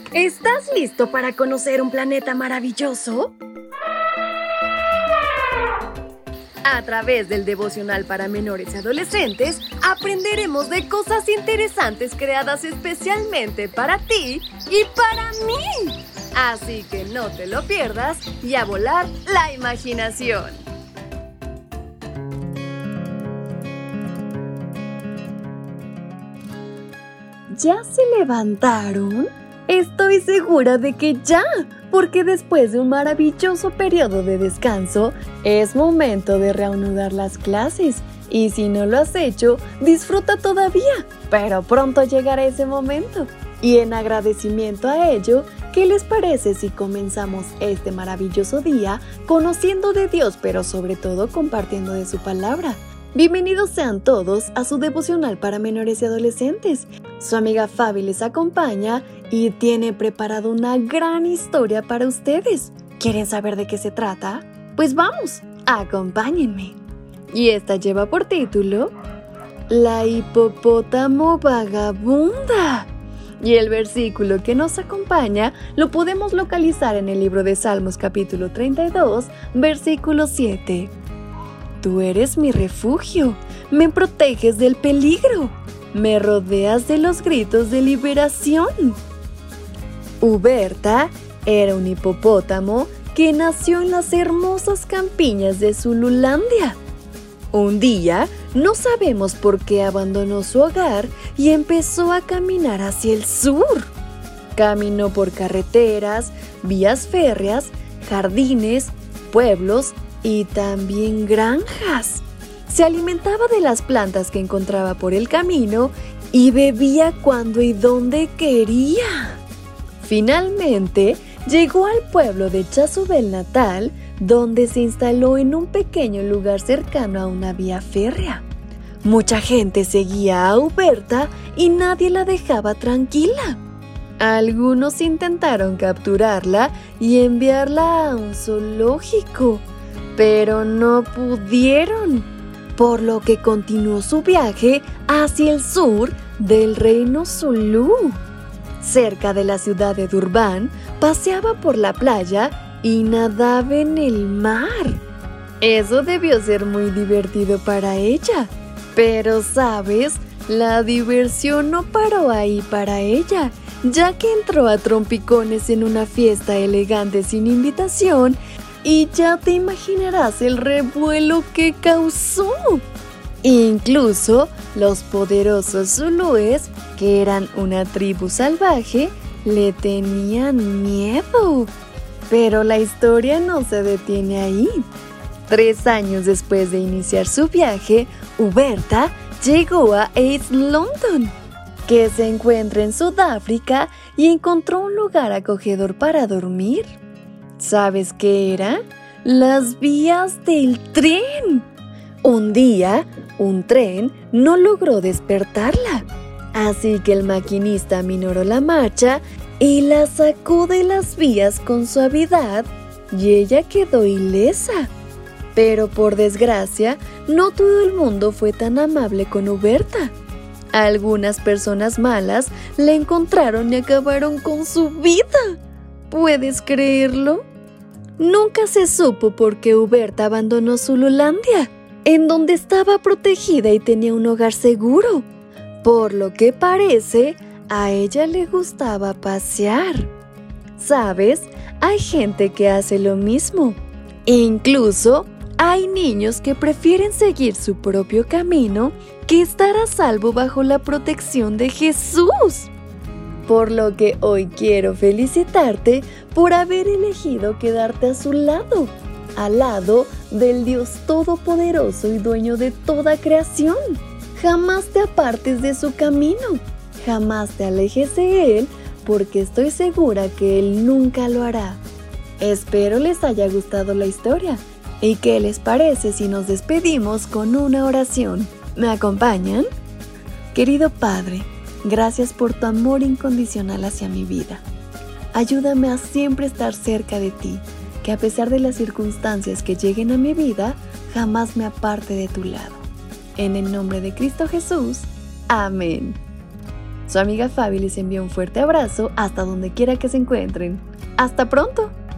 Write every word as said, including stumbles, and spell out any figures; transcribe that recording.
¿Estás listo para conocer un planeta maravilloso? A través del devocional para menores y adolescentes, aprenderemos de cosas interesantes creadas especialmente para ti y para mí. Así que no te lo pierdas y a volar la imaginación. ¿Ya se levantaron? Estoy segura de que ya, porque después de un maravilloso periodo de descanso, es momento de reanudar las clases. Y si no lo has hecho, disfruta todavía, pero pronto llegará ese momento. Y en agradecimiento a ello, ¿qué les parece si comenzamos este maravilloso día conociendo de Dios, pero sobre todo compartiendo de su palabra? Bienvenidos sean todos a su devocional para menores y adolescentes. Su amiga Fabi les acompaña y tiene preparado una gran historia para ustedes. ¿Quieren saber de qué se trata? Pues vamos, acompáñenme. Y esta lleva por título La hipopótamo vagabunda. Y el versículo que nos acompaña lo podemos localizar en el libro de Salmos capítulo treinta y dos, versículo siete. Tú eres mi refugio, me proteges del peligro, me rodeas de los gritos de liberación. Huberta era un hipopótamo que nació en las hermosas campiñas de Zululandia. Un día, no sabemos por qué abandonó su hogar y empezó a caminar hacia el sur. Caminó por carreteras, vías férreas, jardines, pueblos y también granjas. Se alimentaba de las plantas que encontraba por el camino y bebía cuando y donde quería. Finalmente, llegó al pueblo de Chasubel natal, donde se instaló en un pequeño lugar cercano a una vía férrea. Mucha gente seguía a Huberta y nadie la dejaba tranquila. Algunos intentaron capturarla y enviarla a un zoológico, pero no pudieron, por lo que continuó su viaje hacia el sur del reino Zulú. Cerca de la ciudad de Durban, paseaba por la playa y nadaba en el mar. Eso debió ser muy divertido para ella. Pero, ¿sabes? La diversión no paró ahí para ella, ya que entró a trompicones en una fiesta elegante sin invitación y ya te imaginarás el revuelo que causó. Incluso los poderosos zulúes, que eran una tribu salvaje, le tenían miedo. Pero la historia no se detiene ahí. Tres años después de iniciar su viaje, Huberta llegó a East London, que se encuentra en Sudáfrica, y encontró un lugar acogedor para dormir. ¿Sabes qué era? Las vías del tren. Un día, un tren no logró despertarla, así que el maquinista minoró la marcha y la sacó de las vías con suavidad y ella quedó ilesa. Pero por desgracia, no todo el mundo fue tan amable con Huberta. Algunas personas malas la encontraron y acabaron con su vida. ¿Puedes creerlo? Nunca se supo por qué Huberta abandonó Zululandia, en donde estaba protegida y tenía un hogar seguro. Por lo que parece, a ella le gustaba pasear. ¿Sabes? Hay gente que hace lo mismo. Incluso hay niños que prefieren seguir su propio camino que estar a salvo bajo la protección de Jesús. Por lo que hoy quiero felicitarte por haber elegido quedarte a su lado, al lado del Dios Todopoderoso y dueño de toda creación. Jamás te apartes de su camino, jamás te alejes de Él, porque estoy segura que Él nunca lo hará. Espero les haya gustado la historia. ¿Y qué les parece si nos despedimos con una oración? ¿Me acompañan? Querido Padre, gracias por tu amor incondicional hacia mi vida. Ayúdame a siempre estar cerca de ti, que a pesar de las circunstancias que lleguen a mi vida, jamás me aparte de tu lado. En el nombre de Cristo Jesús. Amén. Su amiga Fabi les envía un fuerte abrazo hasta donde quiera que se encuentren. ¡Hasta pronto!